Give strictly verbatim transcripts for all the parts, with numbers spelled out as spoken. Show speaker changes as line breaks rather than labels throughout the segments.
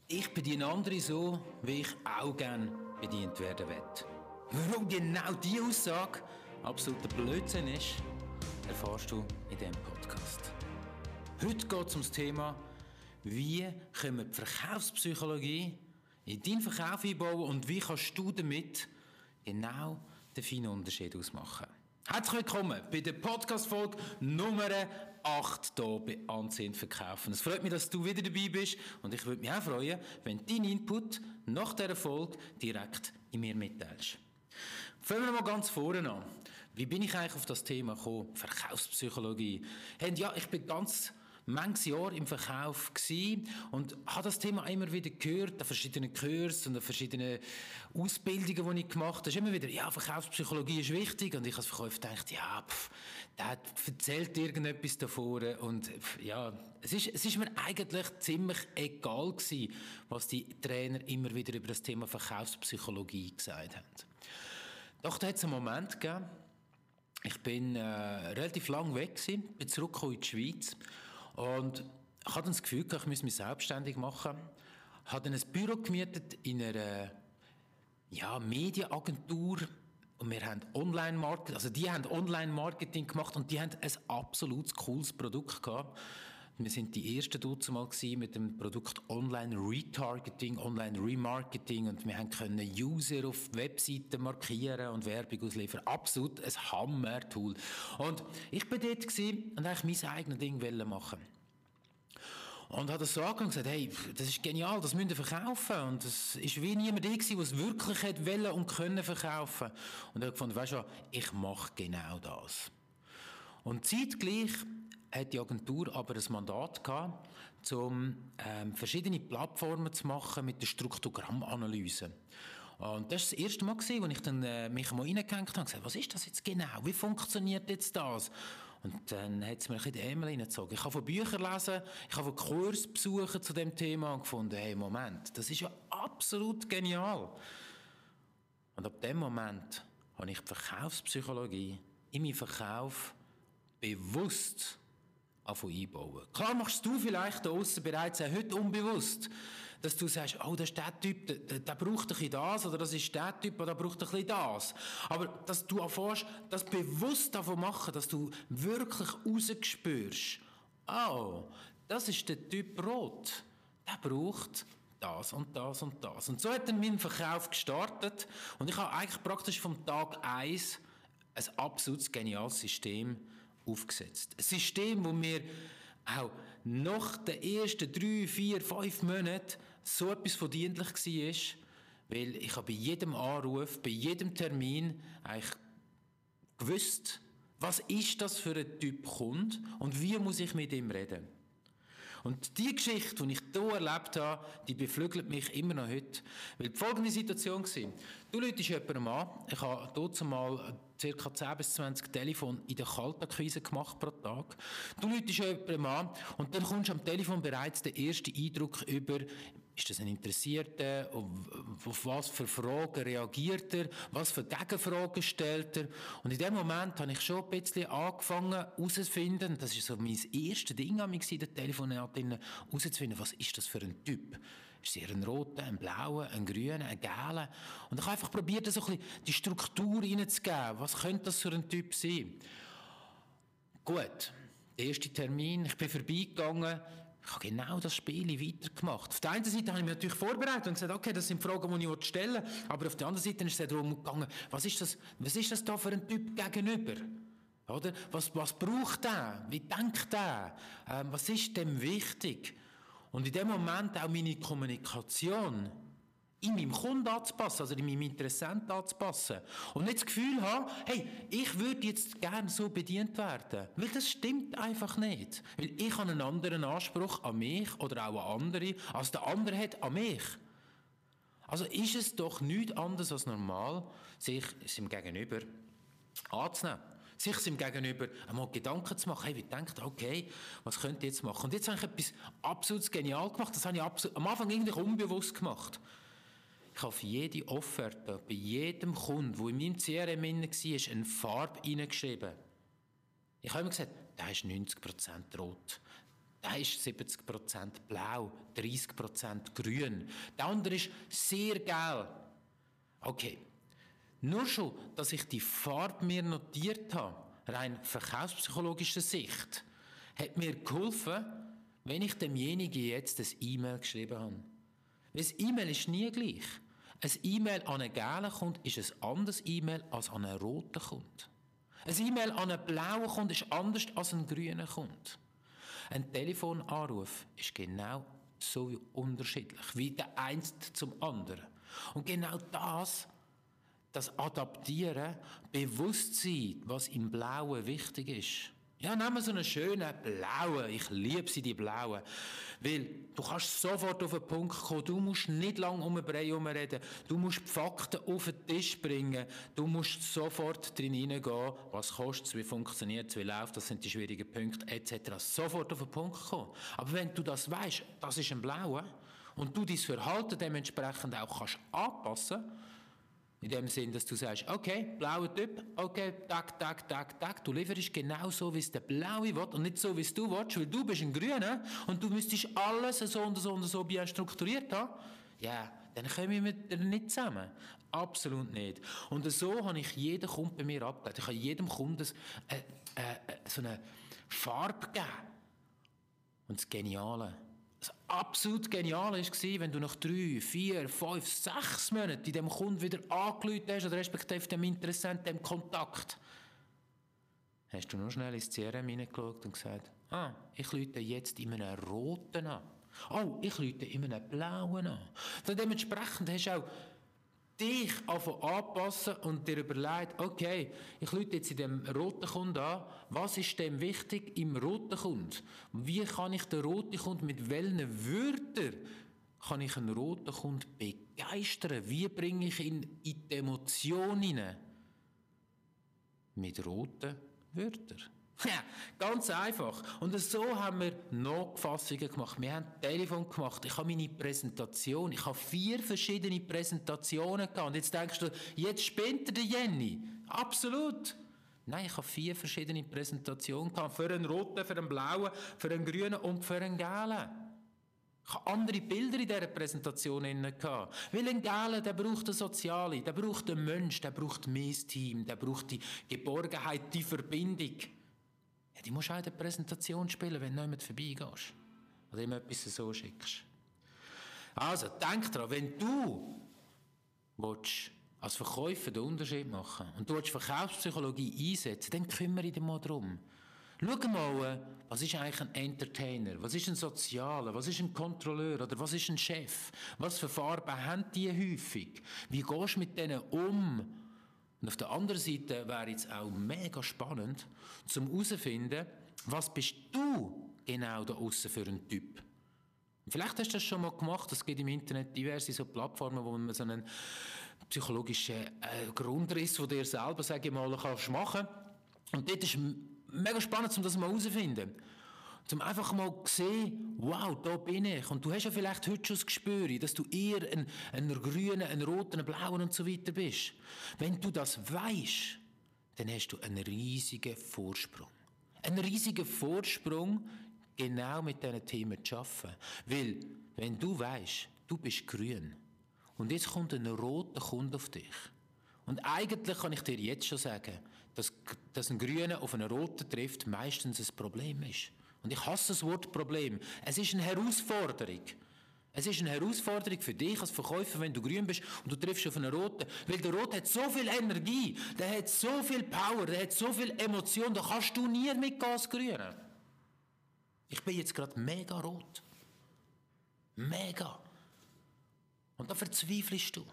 Ich bediene andere so, wie ich auch gerne bedient werden will. Warum genau diese Aussage absoluter Blödsinn ist, erfährst du in diesem Podcast. Heute geht es um das Thema, wie können wir die Verkaufspsychologie in deinen Verkauf einbauen und wie kannst du damit genau den feinen Unterschied ausmachen. Herzlich willkommen bei der Podcast-Folge Nummer acht hier bei Ansehen verkaufen. Es freut mich, dass du wieder dabei bist und ich würde mich auch freuen, wenn dein Input nach dieser Folge direkt in mir mitteilst. Fangen wir mal ganz vorne an. Wie bin ich eigentlich auf das Thema gekommen? Verkaufspsychologie. Und ja, ich bin ganz manches Jahr im Verkauf gsi und habe das Thema immer wieder gehört, an verschiedenen Kursen und an verschiedenen Ausbildungen, die ich gemacht habe. Es ist immer wieder, ja, Verkaufspsychologie ist wichtig. Und ich als Verkäufer dachte, ja, pff, der hat erzählt irgendetwas davor. Und pff, ja, es ist, es ist mir eigentlich ziemlich egal gewesen, was die Trainer immer wieder über das Thema Verkaufspsychologie gesagt haben. Doch da hat es einen Moment gegeben. Ich bin äh, relativ lang weg gewesen, bin zurückgekommen in die Schweiz. Und ich hatte das Gefühl, ich müsse mich selbstständig machen. Ich habe dann ein Büro gemietet in einer ja, Medienagentur. Und wir haben Online-Marketing, also die haben Online-Marketing gemacht und die haben ein absolut cooles Produkt gehabt. Wir sind die ersten dort mal mit dem Produkt Online-Retargeting, Online-Remarketing und wir können User auf Webseiten markieren und Werbung ausliefern. Absolut ein Hammer-Tool. Und ich war dort und wollte mein eigenes Ding machen. Und habe das so angefangen und gesagt, hey, das ist genial, das müsst ihr verkaufen. Und es war wie niemand da, der es wirklich hätte wollen und können verkaufen. Und ich habe gefunden, weißt du, ich mache genau das. Und zeitgleich hat die Agentur aber ein Mandat gehabt, um ähm, verschiedene Plattformen zu machen mit der Struktogrammanalyse. Und das war das erste Mal, als ich dann, äh, mich mal reingehängt habe und gesagt, was ist das jetzt genau? Wie funktioniert jetzt das? Und dann hat es mir ein bisschen die Ärmel reingezogen. Ich habe von Büchern lesen, ich habe von Kursen besuchen zu dem Thema und gefunden, hey, Moment, das ist ja absolut genial. Und ab dem Moment habe ich die Verkaufspsychologie in meinem Verkauf bewusst einbauen. Klar machst du vielleicht da aussen bereits auch heute unbewusst, dass du sagst, oh, das ist der Typ, der, der, der braucht ein bisschen das, oder das ist der Typ, der braucht ein bisschen das. Aber dass du erfährst, das bewusst davon machen, dass du wirklich rausspürst, oh, das ist der Typ Rot, der braucht das und das und das. Und so hat dann mein Verkauf gestartet und ich habe eigentlich praktisch vom Tag eins ein absolut geniales System aufgesetzt. Ein System, das mir auch nach den ersten drei, vier, fünf Monaten so etwas von dienlich war, weil ich habe bei jedem Anruf, bei jedem Termin eigentlich gewusst, was ist das für ein Typ Kunde und wie muss ich mit ihm reden. Und die Geschichte, die ich hier erlebt habe, die beflügelt mich immer noch heute. Weil die folgende Situation war. Du läutest jemandem an. Ich habe dort mal ca. zehn bis zwanzig Telefone in der Kaltakquise gemacht pro Tag. Du läutest jemandem an und dann kommst du am Telefon bereits den ersten Eindruck über, ist das ein Interessierter, auf, auf was für Fragen reagiert er, was für Gegenfragen stellt er. Und in dem Moment habe ich schon ein bisschen angefangen herauszufinden, das war so mein erstes Ding an mich in der Telefonatin, herauszufinden, was ist das für ein Typ. Ist es eher ein roter, ein blauer, ein grüner, ein gelber? Und ich habe einfach probiert, so ein bisschen die Struktur reinzugeben. Was könnte das für ein Typ sein? Gut, der erste Termin, ich bin vorbeigegangen, ich habe genau das Spiel weitergemacht. Auf der einen Seite habe ich mich natürlich vorbereitet und gesagt, okay, das sind Fragen, die ich stellen will. Aber auf der anderen Seite ist es darum gegangen, was ist das, was ist das da für ein Typ gegenüber? Oder? Was, was braucht er? Wie denkt er? Ähm, was ist dem wichtig? Und in dem Moment auch meine Kommunikation in meinem Kunden anzupassen, also in meinem Interessenten anzupassen. Und nicht das Gefühl haben, hey, ich würde jetzt gerne so bedient werden. Weil das stimmt einfach nicht. Weil ich habe einen anderen Anspruch an mich oder auch an andere, als der andere hat an mich. Also ist es doch nichts anderes als normal, sich seinem Gegenüber anzunehmen. Sich seinem Gegenüber einmal Gedanken zu machen, hey, wie denkt er, okay, was könnte ich jetzt machen? Und jetzt habe ich etwas absolut genial gemacht, das habe ich absolut, am Anfang eigentlich unbewusst gemacht. Ich habe auf jede Offerte, bei jedem Kunden, der in meinem C R M drin war, eine Farbe hineingeschrieben. Ich habe immer gesagt, der ist neunzig Prozent rot, der ist siebzig Prozent blau, dreißig Prozent grün. Der andere ist sehr gelb. Okay, nur schon, dass ich die Farbe mir notiert habe, rein verkaufspsychologischer Sicht, hat mir geholfen, wenn ich demjenigen jetzt ein E-Mail geschrieben habe. Weil das E-Mail ist nie gleich. Ein E-Mail an einen gelben Kunde ist ein anderes E-Mail als an einen roten Kunden. Ein E-Mail an einen blauen Kunden ist anders als einen grünen Kunden. Ein Telefonanruf ist genau so unterschiedlich wie der eine zum anderen. Und genau das, das Adaptieren, Bewusstsein, was im Blauen wichtig ist. Ja, nehmen wir so einen schönen blauen. Ich liebe sie, die blauen. Weil du kannst sofort auf den Punkt kommen. Du musst nicht lange um den Brei herumreden. Du musst die Fakten auf den Tisch bringen. Du musst sofort drin hineingehen. Was kostet es, wie funktioniert es, wie läuft, das sind die schwierigen Punkte, et cetera. Sofort auf den Punkt kommen. Aber wenn du das weißt, das ist ein blauer, und du dein Verhalten dementsprechend auch kannst anpassen, in dem Sinn, dass du sagst, okay, blauer Typ, okay, tak, tak, tak, tak. Du lieferst genau so, wie es der Blaue will und nicht so, wie es du willst, weil du bist ein Grüner und du müsstest alles so und so und so bien strukturiert haben. Ja, dann kommen wir mit dir nicht zusammen. Absolut nicht. Und so habe ich jeden Kunden bei mir abgegeben. Ich habe jedem Kunden äh, äh, so eine Farbe gegeben. Und das Geniale, das absolut Geniale war, wenn du nach drei, vier, fünf, sechs Monaten in dem Kunden wieder angerufen hast, oder respektive dem Interessenten, dem Kontakt, hast du nur schnell ins C R M hineingeschaut und gesagt, ah, ich rufe jetzt in einem roten an. Oh, ich rufe in einem blauen an. Dann dementsprechend hast du auch dich anpassen und dir überlegt, okay, ich rufe jetzt in dem roten Kunden an, was ist dem wichtig im roten Kunden? Wie kann ich den roten Kunden, mit welchen Wörtern kann ich einen roten Kunden begeistern? Wie bringe ich ihn in die Emotionen hinein? Mit roten Wörtern. Ja, ganz einfach. Und so haben wir Nachfassungen gemacht. Wir haben Telefon gemacht. Ich habe meine Präsentation. Ich habe vier verschiedene Präsentationen gehabt. Und jetzt denkst du, jetzt spinnt er der Jenny. Absolut. Nein, ich habe vier verschiedene Präsentationen gehabt. Für einen roten, für einen blauen, für einen grünen und für einen gelben. Ich habe andere Bilder in dieser Präsentation gehabt. Weil ein Gelber, der braucht eine Soziale, der braucht einen Mensch, der braucht mehr Team, der braucht die Geborgenheit, die Verbindung. Ja, die musst du auch in der Präsentation spielen, wenn du nicht vorbeigehst. Oder ihm etwas so schickst. Also, denk daran, wenn du willst, als Verkäufer den Unterschied machen und du willst Verkaufspsychologie einsetzen, dann kümmere dich mal darum. Schau mal, was ist eigentlich ein Entertainer? Was ist ein Sozialer? Was ist ein Kontrolleur? Oder was ist ein Chef? Was für Farben haben die häufig? Wie gehst du mit denen um? Und auf der anderen Seite wäre jetzt auch mega spannend, zum herauszufinden, was bist du genau da aussen für ein Typ? Und vielleicht hast du das schon mal gemacht. Es gibt im Internet diverse so Plattformen, wo man so einen psychologischen äh, Grundriss von dir selber, sage ich mal, kannst machen. Und dort ist mega spannend, um das mal herauszufinden. Um einfach mal zu sehen, wow, da bin ich. Und du hast ja vielleicht heute schon das Gespür, dass du eher ein, ein grüner, ein roter, ein blauen und so weiter bist. Wenn du das weisst, dann hast du einen riesigen Vorsprung. Einen riesigen Vorsprung, genau mit diesen Themen zu arbeiten. Weil, wenn du weisst, du bist grün und jetzt kommt ein roter Kunde auf dich. Und eigentlich kann ich dir jetzt schon sagen, dass, dass ein Grüner auf einen Roten trifft, meistens ein Problem ist. Und ich hasse das Wort Problem. Es ist eine Herausforderung. Es ist eine Herausforderung für dich als Verkäufer, wenn du grün bist und du triffst auf einen Roten. Weil der Rote hat so viel Energie, der hat so viel Power, der hat so viel Emotion, da kannst du nie mitgehen als Grüner. Ich bin jetzt gerade mega rot. Mega. Und da verzweifelst du.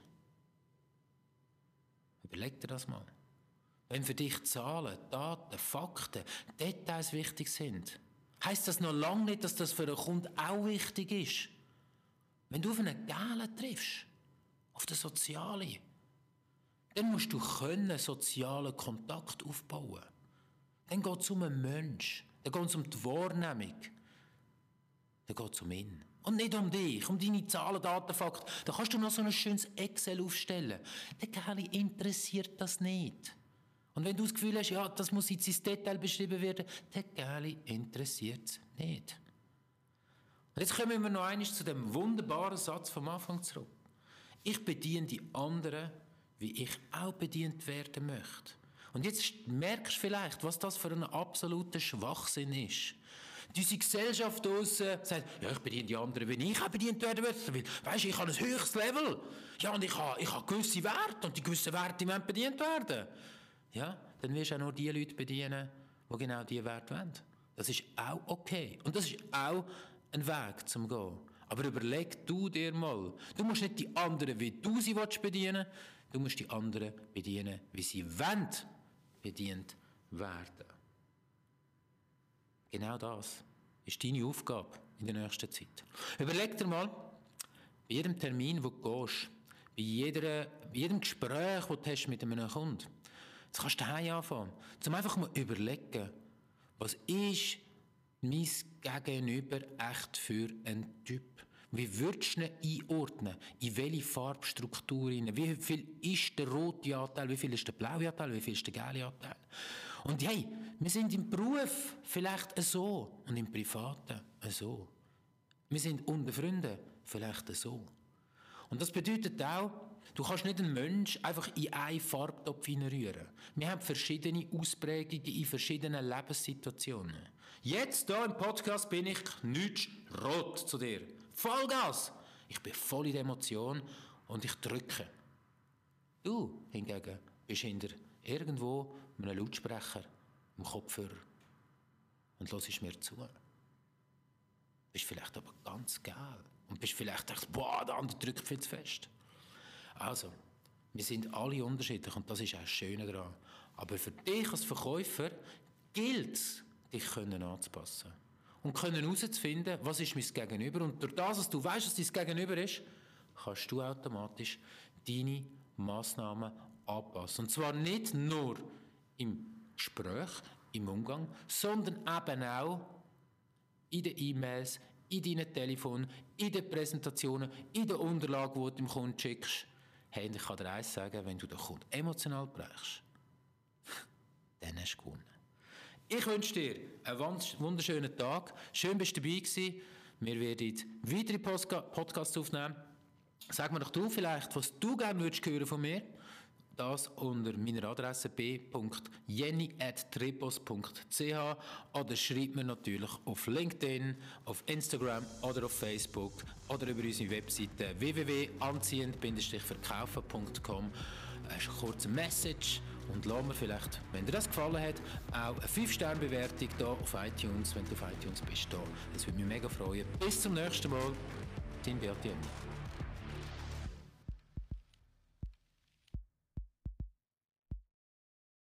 Überleg dir das mal. Wenn für dich Zahlen, Daten, Fakten, Details wichtig sind, heisst das noch lange nicht, dass das für einen Kunden auch wichtig ist. Wenn du auf einen Gelen triffst, auf den Sozialen, dann musst du können sozialen Kontakt aufbauen. Dann geht es um einen Menschen, dann geht es um die Wahrnehmung, dann geht es um ihn. Und nicht um dich, um deine Zahlen, Daten, Fakten. Da kannst du noch so ein schönes Excel aufstellen. Der Geli interessiert das nicht. Und wenn du das Gefühl hast, ja, das muss jetzt ins Detail beschrieben werden, der Geli interessiert es nicht. Und jetzt kommen wir noch einmal zu dem wunderbaren Satz vom Anfang zurück. Ich bediene die anderen, wie ich auch bedient werden möchte. Und jetzt merkst du vielleicht, was das für ein absoluter Schwachsinn ist. Unsere Gesellschaft draussen sagt, ja, ich bediene die anderen, wie ich auch bedient werden will. Weisst du, ich habe ein höchstes Level. Ja, und ich habe, ich habe gewisse Werte und die gewissen Werte müssen bedient werden. Ja, dann wirst du auch nur die Leute bedienen, die genau diese Werte wollen. Das ist auch okay. Und das ist auch ein Weg zum Gehen. Aber überleg du dir mal, du musst nicht die anderen, wie du sie bedienen willst, du musst die anderen bedienen, wie sie wollen bedient werden. Genau das ist deine Aufgabe in der nächsten Zeit. Überleg dir mal, bei jedem Termin, wo du gehst, bei, jeder, bei jedem Gespräch, das du hast mit einem Kunden, jetzt kannst du daheim anfangen, um einfach mal überlegen, was ist mein Gegenüber echt für ein Typ? Wie würdest du ihn einordnen? In welche Farbstruktur? Wie viel ist der rote Anteil? Wie viel ist der blaue Anteil? Wie viel ist der gelbe Anteil? Und hey, wir sind im Beruf vielleicht so und im Privaten so. Wir sind unter Freunden vielleicht so. Und das bedeutet auch, du kannst nicht einen Menschen einfach in einen Farbtopf hineinrühren. Wir haben verschiedene Ausprägungen in verschiedenen Lebenssituationen. Jetzt hier im Podcast bin ich knutschrot zu dir. Vollgas! Ich bin voll in der Emotion und ich drücke. Du hingegen bist hinter irgendwo mit einem Lautsprecher im Kopfhörer und hörst mir zu. Bist vielleicht aber ganz geil und bist vielleicht gedacht, boah, der andere drückt viel zu fest. Also, wir sind alle unterschiedlich und das ist auch das Schöne daran. Aber für dich als Verkäufer gilt es, dich können anzupassen. Und können herauszufinden, was ist mein Gegenüber. Und durch das, dass du weißt, was dein Gegenüber ist, kannst du automatisch deine Massnahmen anpassen. Und zwar nicht nur im Gespräch, im Umgang, sondern eben auch in den E-Mails, in deinen Telefonen, in den Präsentationen, in den Unterlagen, die du dem Kunden schickst. Hey, ich kann dir eins sagen, wenn du den Kunden emotional brauchst, dann hast du gewonnen. Ich wünsche dir einen wunderschönen Tag. Schön, dass du dabei warst. Wir werden weitere Podcasts aufnehmen. Sag mir doch du vielleicht, was du gerne würdest hören von mir. Das unter meiner Adresse b punkt jenny at tripos punkt c h oder schreib mir natürlich auf LinkedIn, auf Instagram oder auf Facebook oder über unsere Webseite w w w punkt anziehend Bindestrich verkaufen punkt com. Eine kurze Message und lass mir vielleicht, wenn dir das gefallen hat, auch eine fünf Sterne Bewertung hier auf iTunes, wenn du auf iTunes bist. Da. Das würde mich mega freuen. Bis zum nächsten Mal. Dein Beat Jenny.